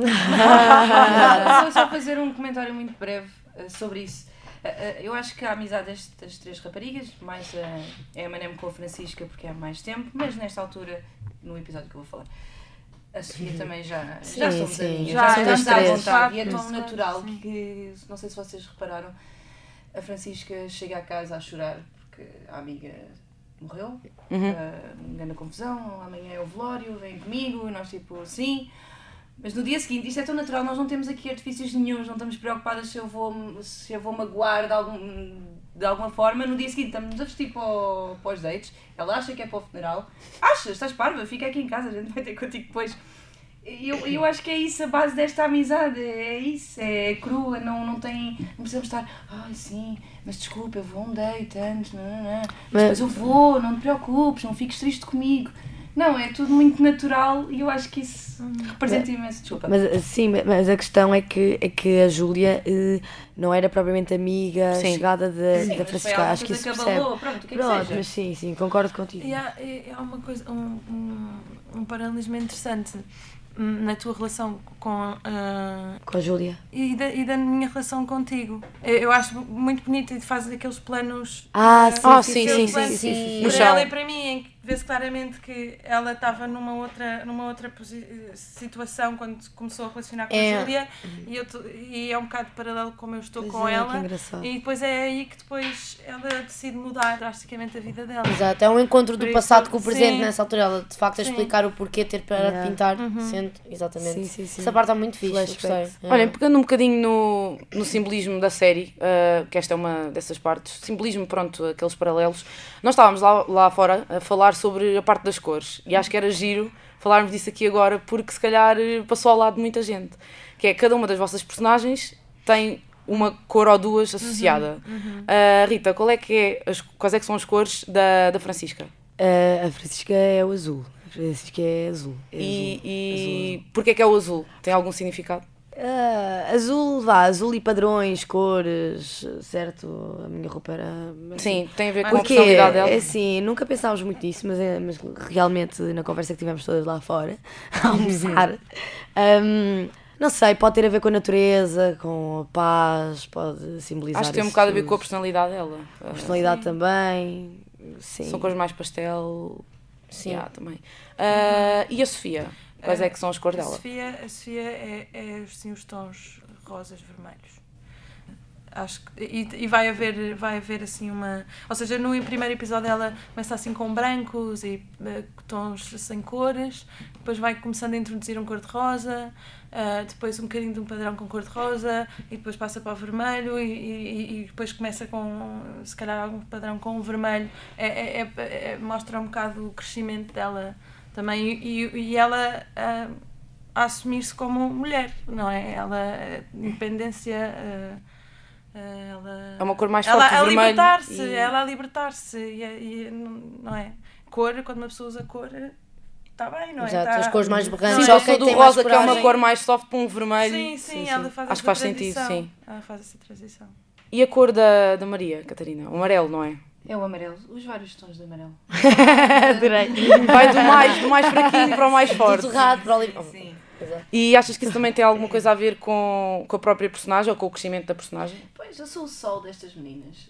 Só, só fazer um comentário muito breve uh, sobre isso. Uh, uh, eu acho que a amizade destas três raparigas, mais uh, é a Manem com a Francisca, porque é há mais tempo, mas nesta altura, no episódio que eu vou falar, a Sofia uhum. também já, sim, já somos sim. amigas, já, já estamos à vontade claro, e é tão claro, natural sim. que, não sei se vocês repararam, a Francisca chega a casa a chorar porque a amiga morreu, uhum. uh, grande confusão, amanhã é o velório, vem comigo, e nós tipo, sim, mas no dia seguinte, isto é tão natural, nós não temos aqui artifícios nenhuns, não estamos preocupadas se eu vou, se eu vou magoar de, algum, de alguma forma, no dia seguinte estamos a vestir para, o, para os dates, ela acha que é para o funeral, achas, estás parva, fica aqui em casa, a gente vai ter contigo depois. Eu, eu acho que é isso a base desta amizade, é isso, é crua, não, não tem, não precisamos estar, ai sim, mas desculpa, eu vou a um date antes, não, não, não. Mas depois eu vou, não te preocupes, não fiques triste comigo. Não, é tudo muito natural e eu acho que isso representa imenso. Desculpa. Mas, sim, mas a questão é que, é que a Júlia eh, não era propriamente amiga, sim. chegada da, sim, da Francisca. Acho que isso que percebe. abalou, pronto, o que é que Pronto, seja. mas sim, sim, concordo contigo. E há, e há uma coisa, um, um, um paralelismo interessante na tua relação com uh, com a Júlia e da, e da minha relação contigo. Eu, eu acho muito bonito e fazes aqueles planos ah, sim, uh, sim, sim, sim, sim, sim, sim, sim. para ela e para mim, em que vê-se claramente que ela estava numa outra, numa outra situação quando começou a relacionar com é. a Júlia e, eu, e é um bocado paralelo como eu estou pois com é, ela e depois é aí que depois ela decide mudar drasticamente a vida dela. Exato, é um encontro do passado com o presente. Sim. Nessa altura, ela de facto a explicar o porquê ter para yeah. pintar, uhum. sendo, exatamente. Sim, sim, sim. Essa parte está muito fixe, gostei. É. Olhem, pegando um bocadinho no, no simbolismo da série, uh, que esta é uma dessas partes, simbolismo, pronto, aqueles paralelos, nós estávamos lá, lá fora a falar sobre a parte das cores e acho que era giro falarmos disso aqui agora porque se calhar passou ao lado de muita gente, que é cada uma das vossas personagens tem uma cor ou duas associada. Uhum, uhum. Uh, Rita, qual é que é as, quais é que são as cores da, da Francisca? Uh, a Francisca é o azul. A Francisca é azul. É e azul. e azul. Porquê é que é o azul? Tem algum significado? Uh, azul, vá, azul e padrões, cores, certo? A minha roupa era... Sim, tem a ver com a personalidade dela. É assim, nunca pensámos muito nisso, mas, é, mas realmente na conversa que tivemos todas lá fora, a almoçar, um, não sei, pode ter a ver com a natureza, com a paz, pode simbolizar... Acho que tem um bocado a ver com a personalidade dela. A personalidade sim. também, sim. São cores mais pastel, sim, yeah, também. Uh, e a Sofia? Quais é que são as cores dela? A Sofia, a Sofia é, é assim, os tons rosas, vermelhos. Acho que, e, e vai haver, vai haver assim uma... Ou seja, no primeiro episódio ela começa assim com brancos e uh, tons sem cores, depois vai começando a introduzir um cor-de-rosa, uh, depois um bocadinho de um padrão com cor-de-rosa e depois passa para o vermelho e, e, e depois começa com, se calhar, algum padrão com o vermelho. É, é, é, é, mostra um bocado o crescimento dela também e, e ela uh, a assumir-se como mulher, não é? Ela, a independência, uh, uh, ela... É uma cor mais forte, ela, vermelho. A libertar-se, e... ela a libertar-se, e, e, não é? Cor, quando uma pessoa usa cor, está bem, não é? Exato, tá... as cores mais berrantes. Sim, eu sou do rosa, que é uma cor mais soft, para um vermelho. Sim, sim, sim, ela faz Acho que faz sentido, sim. Ela faz essa transição. E a cor da, da Maria, Catarina? O amarelo, não é? É o amarelo, os vários tons de amarelo. Adorei. Vai do mais, do mais fraquinho para o mais forte. Do torrado para o livro. Sim. E achas que isso também tem alguma coisa a ver com, com a própria personagem ou com o crescimento da personagem? Pois, eu sou o sol destas meninas.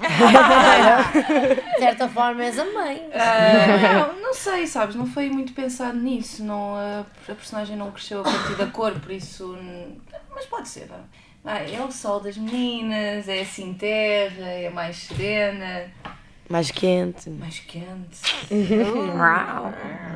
De certa forma és a mãe. Uh, não, não sei, sabes, não foi muito pensado nisso. Não, a, a personagem não cresceu a partir da cor, por isso... Mas pode ser, não? Ah, é o sol das meninas, é assim terra, é mais serena... Mais quente. Mais quente. Uau!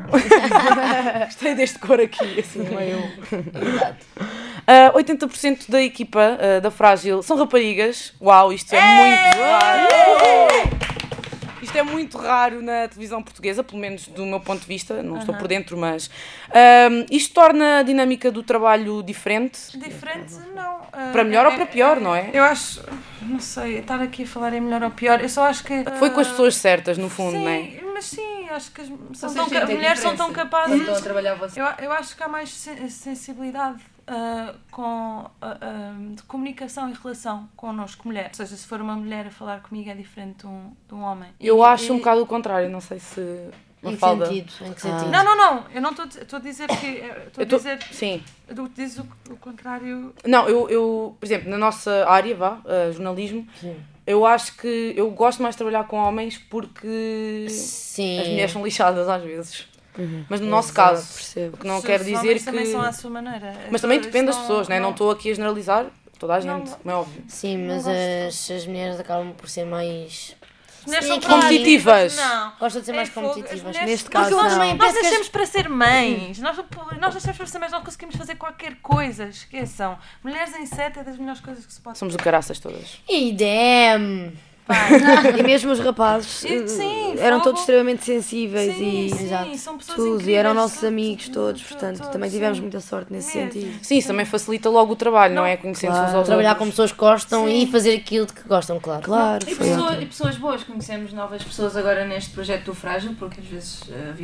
Gostei deste cor aqui, assim, meio... Exato. Uh, oitenta por cento da equipa uh, da Frágil são raparigas. Uau, isto é muito raro! Isto é muito raro na televisão portuguesa, pelo menos do meu ponto de vista, não uh-huh. estou por dentro, mas... Um, isto torna a dinâmica do trabalho diferente? Diferente, não. Uh, para melhor é, ou para pior, não é? Eu acho... Não sei, estar aqui a falar em melhor ou pior, eu só acho que... Uh, Foi com as pessoas certas, no fundo, sim, não é? Mas sim, acho que as, são tão, as mulheres são tão capazes... Estão a trabalhar você. Eu, eu acho que há mais sensibilidade uh, com, uh, uh, de comunicação e relação connosco, mulheres. Ou seja, se for uma mulher a falar comigo é diferente de um, de um homem. Eu e, acho e, um bocado o contrário, não sei se... Em que falda. sentido? Em que sentido? Ah. Não, não, não, eu não estou a dizer que... Estou a tô, dizer... Sim. Tu dizes o, o contrário... Não, eu, eu, por exemplo, na nossa área, vá, uh, jornalismo, sim. Eu acho que eu gosto mais de trabalhar com homens porque sim. As mulheres são lixadas às vezes. Uhum. Mas no é, nosso caso, percebo. O que não quer dizer que... também são à sua maneira. Mas também depende das pessoas, não é? Não estou aqui a generalizar toda a gente, como é óbvio. Sim, mas as, as mulheres acabam por ser mais... Sim, competitivas. Não. Gostam de ser mais é competitivas. Neste caso, nós, não. Nós nascemos para ser mães. Nós, nós nascemos para ser mães, não conseguimos fazer qualquer coisa. Esqueçam. Mulheres em sete é das melhores coisas que se pode Somos o caraças todas. E damn! E mesmo os rapazes e, sim, eram fogo. todos extremamente sensíveis sim, e sim, exato, são pessoas tudo, incríveis, e eram nossos são, amigos são, todos, são, portanto todos, também tivemos sim. muita sorte nesse Mesmo. sentido. Sim, isso também facilita logo o trabalho, não, não é? Conhecermos claro. uns aos Trabalhar outros. com pessoas que gostam sim. e fazer aquilo de que gostam, claro. Claro, e, pessoa, e pessoas boas, conhecemos novas pessoas agora neste projeto do Frágil, porque às vezes havia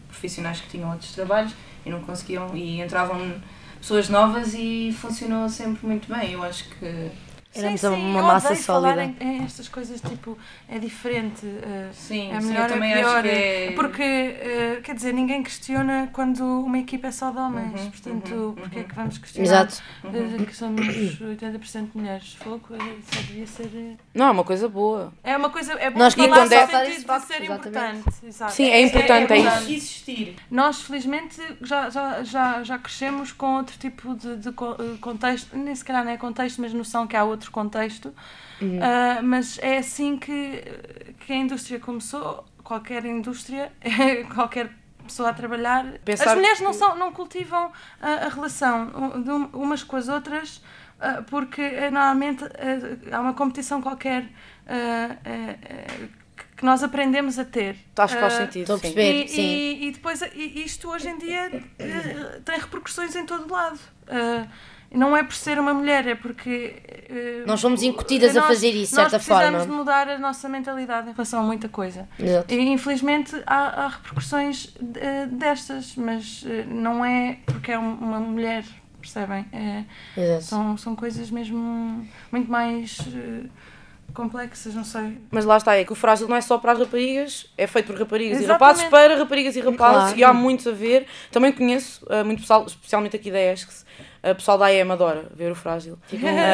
profissionais que tinham outros trabalhos e não conseguiam, e entravam pessoas novas e funcionou sempre muito bem. Eu acho que éramos sim, sim, uma eu massa odeio sólida. falar em, em estas coisas, tipo, é diferente, uh, sim, é sim, melhor, eu também é pior, acho que é... porque, uh, quer dizer, ninguém questiona quando uma equipa é só de homens, uhum, portanto, uhum, porque uhum. é que vamos questionar Exato. uh, que somos oitenta por cento de mulheres? Fogo, só devia ser... Uh... Não, é uma coisa boa. É uma coisa, é bom Nós falar quando no é- sentido de facto, ser exatamente. importante. Exato. Sim, é importante, é é, isso. existir. Nós, felizmente, já, já, já, já crescemos com outro tipo de, de co- contexto, nem se calhar não é contexto, mas noção que há outro contexto. Uhum. Uh, mas é assim que, que a indústria começou, qualquer indústria, qualquer pessoa a trabalhar. Pensar As mulheres não, que- são, não cultivam a, a relação de um- umas com as outras, uh, porque uh, normalmente uh, há uma competição qualquer uh, uh, uh, que nós aprendemos a ter. Acho que faz Uh, sentido, Estou a sim. perceber. e, Sim. e, e depois e isto hoje em dia eh, tem repercussões em todo lado. Eh, não é por ser uma mulher, é porque eh, Nós fomos incutidas a nós- fazer isso, de certa Nós precisamos forma. de mudar a nossa mentalidade em relação a muita coisa. Exato. E infelizmente há, há repercussões eh, destas, mas eh, não é porque é um- uma mulher, percebem? É, Exato. são, são coisas mesmo muito mais eh, complexas, não sei. Mas lá está, é que o Frágil não é só para as raparigas, é feito por raparigas Exatamente. e rapazes para raparigas e rapazes, Claro. e há muitos a ver. Também conheço uh, muito pessoal, especialmente aqui da ESC, o pessoal da A E M adora ver o Frágil. Uh,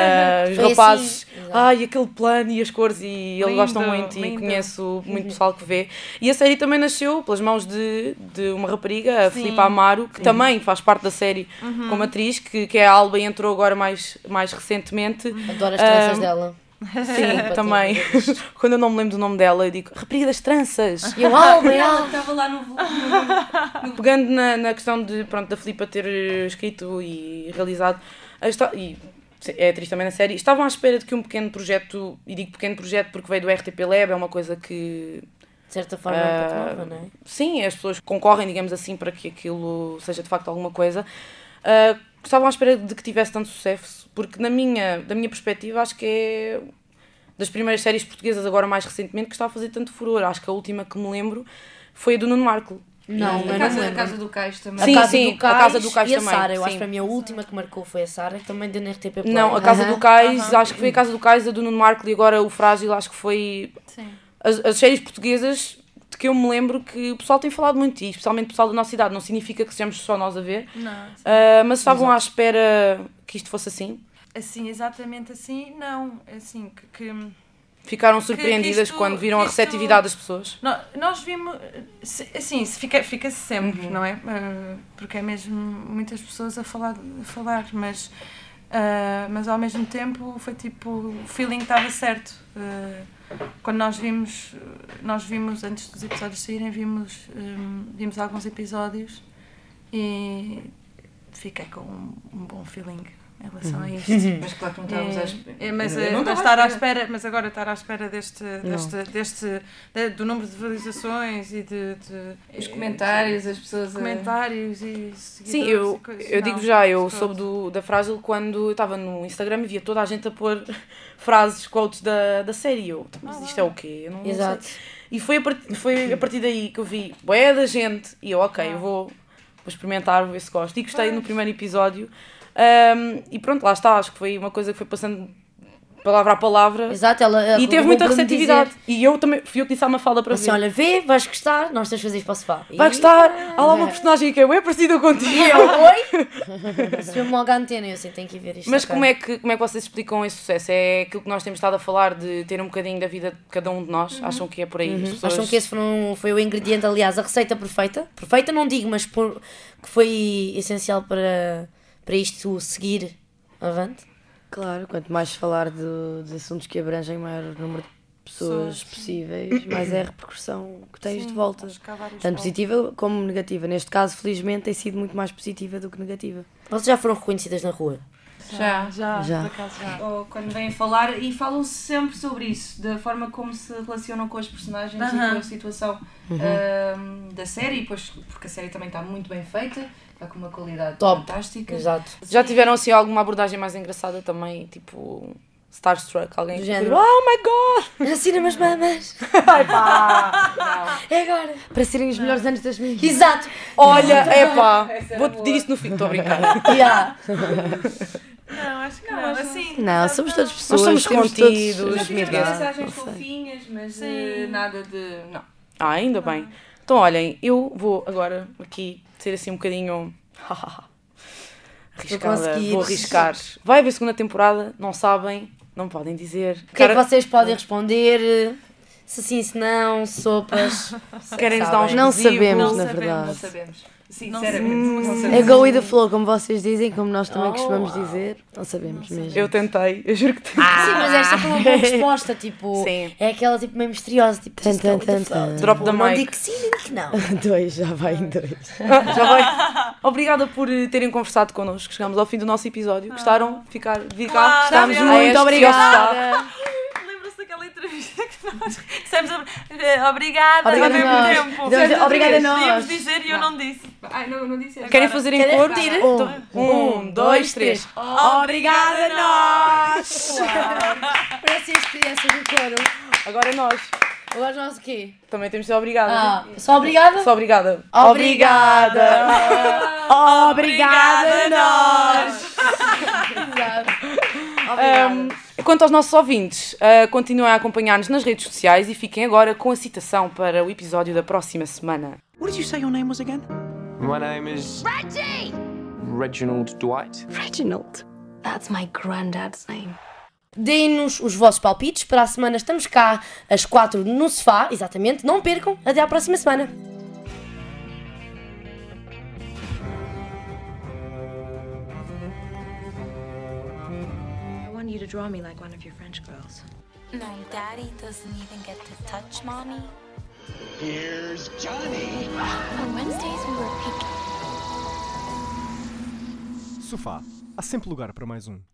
os Foi rapazes, assim, exato. ai, aquele plano e as cores, e eles Lindo, gostam muito, e lindo. conheço muito pessoal que vê. E a série também nasceu pelas mãos de, de uma rapariga, a Filipa Amaro, que também faz parte da série como atriz, que, que é a Alba e entrou agora mais, mais recentemente. Adoro as tranças Ah, dela. Sim, também. Quando eu não me lembro do nome dela, eu digo rapariga das tranças. E eu, Alba, Ela Alba. estava lá no, no, no Pegando na, na questão de, pronto, da Filipa ter escrito e realizado, a histó- e é atriz também na série, estavam à espera de que um pequeno projeto, e digo pequeno projeto porque veio do R T P Lab, é uma coisa que, De certa forma, é um pouco Ah, nova, não é? sim, as pessoas concorrem, digamos assim, para que aquilo seja de facto alguma coisa. Ah, estavam à espera de que tivesse tanto sucesso, porque na minha, da minha perspectiva acho que é das primeiras séries portuguesas agora mais recentemente que está a fazer tanto furor. Acho que a última que me lembro foi a do Nuno Marco. Não, a eu não casa, me a lembro. casa do Cais também. A Sim, Casa sim, do Cais a Casa do Cais e a também, Sara. Eu acho sim. que para mim a última que marcou foi a Sara, que também deu na R T P Play. Não, a Casa Aham. do Cais, acho que foi a Casa do Cais, a do Nuno Marco, e agora o Frágil, acho que foi Sim. as, as séries portuguesas de que eu me lembro que o pessoal tem falado muito disso, especialmente o pessoal da nossa idade. Não significa que sejamos só nós a ver, Não, ah, mas estavam à espera que isto fosse assim. assim, exatamente assim, não. Assim, que... que... Ficaram surpreendidas isto- quando viram a que isto- receptividade das pessoas. Nó- Nós vimos, se- assim, se fica, fica-se sempre, não é? Uh, Porque é mesmo muitas pessoas a falar, a falar mas, uh, mas ao mesmo tempo foi tipo, o feeling estava certo. Uh, Quando nós vimos, nós vimos, antes dos episódios saírem, vimos, um, vimos alguns episódios e fiquei com um, um bom feeling em relação a isto. Mas claro que não estávamos à espera. É, mas, Eu eh, não mas estava estar à espera, mas agora estar à espera deste, deste, deste, de- do número de visualizações e de, de Os comentários, as pessoas a... comentários e seguidores Sim, eu, e coisas. eu Não, digo já, eu de soube todo. do, da Frágil quando eu estava no Instagram e via toda a gente a pôr frases, quotes da, da série. E eu, mas isto é o quê? Eu não, não Exato. sei. E foi a, partir, foi a partir daí que eu vi bué da gente e eu, ok, eu vou, vou experimentar, vou ver se gosto. E gostei no primeiro episódio. Um, e pronto, lá está, acho que foi uma coisa que foi passando palavra a palavra. Exato, ela, ela E teve acabou muita por me receptividade. dizer, E eu também, fui eu que disse à Mafalda para assim, ver. olha, vê, vais gostar, nós temos de fazer isto para o sofá. Vai E- gostar, há lá uma personagem que é bem parecida contigo. E eu, oi? Subiu-me logo a antena e eu assim, tenho que ir ver isto. Mas ok. como é, que, como é que vocês explicam esse sucesso? É aquilo que nós temos estado a falar de ter um bocadinho da vida de cada um de nós? Acham que é por aí? As pessoas... Acham que esse foi, um, foi o ingrediente, aliás, a receita perfeita? Perfeita não digo, mas por, que foi essencial para, para isto seguir avante? Claro, quanto mais se falar de, de assuntos que abrangem maior número de pessoas Pessoas. possíveis, mais é a repercussão que tens Sim, de volta. acho que há vários Tanto pontos. positiva como negativa. Neste caso, felizmente, tem sido muito mais positiva do que negativa. Vocês já foram reconhecidas na rua? Já. Já, Já. por acaso já. Ou quando vêm falar e falam sempre sobre isso, da forma como se relacionam com as personagens e Aham. com a situação ahm, da série, e pois, porque a série também está muito bem feita, está com uma qualidade Top. fantástica. Exato. Já tiveram assim alguma abordagem mais engraçada também? Tipo, starstruck, alguém Do que género. oh my god! Assina as mamas. Ai pá! É agora. Para serem os melhores anos das minhas. Exato. Olha, é pá! Vou-te pedir isso no fim, estou a brincar. Yeah. Não, acho que não. Assim, Não, somos todas pessoas. Nós somos temos contidos, todos- Já fiz admirados. mensagens fofinhas, mas eh, nada de. Não. Ah, ainda bem. Então olhem, eu vou agora aqui ser assim um bocadinho. Arriscada, conseguires. vou arriscar. Vai haver segunda temporada, não sabem, não podem dizer. O que é que vocês podem responder? Se sim, se não, sopas. Querem-nos dar uns Não exclusivo? sabemos, Não na sabemos, verdade. Não sabemos. Sinceramente, não É sabemos. go with the flow, como vocês dizem, como nós também Oh. costumamos dizer. Não sabemos mesmo. Eu tentei, eu juro que tentei. Sim, mas esta foi uma boa resposta, tipo, Sim. é aquela tipo meio misteriosa, tipo, Tan, just tan, go with the tan, flow, tan. tipo, Drop the não mic. digo que sim, nem digo que não. Dois, já vai em dois. Já vai. Obrigada por eh, terem conversado connosco. Chegamos ao fim do nosso episódio. Gostaram de ficar de cá? Claro, Estamos obrigada. muito obrigada. Lembra-se daquela entrevista que nós dissemos eh, obrigada ao Obrigada a mesmo nós. tempo. Dizemos Sempre obrigada a íamos nós. dizer e eu não disse. Ai, não, não disse. Querem fazer em Querem cor? repetir? Um, dois, três. Obrigada a nós! Parecem as crianças do coro. Agora é nós. Agora nós o quê? Também temos de ser obrigada. Ah, só obrigada? Só obrigada. Obrigada. Obrigada a nós! Um, quanto aos nossos ouvintes, uh, continuem a acompanhar-nos nas redes sociais e fiquem agora com a citação para o episódio da próxima semana. What did you say your name was again? My name is... Reggie! Reginald Dwight. Reginald. That's my granddad's name. Deem-nos os vossos palpites. Para a semana estamos cá às quatro no sofá. Exatamente. Não percam. Até à próxima semana. I want you to draw me like one of your French girls. No, Daddy doesn't even get to touch Mommy. Here's Johnny. On Wednesdays we were picking. Sofá. Há sempre lugar para mais um.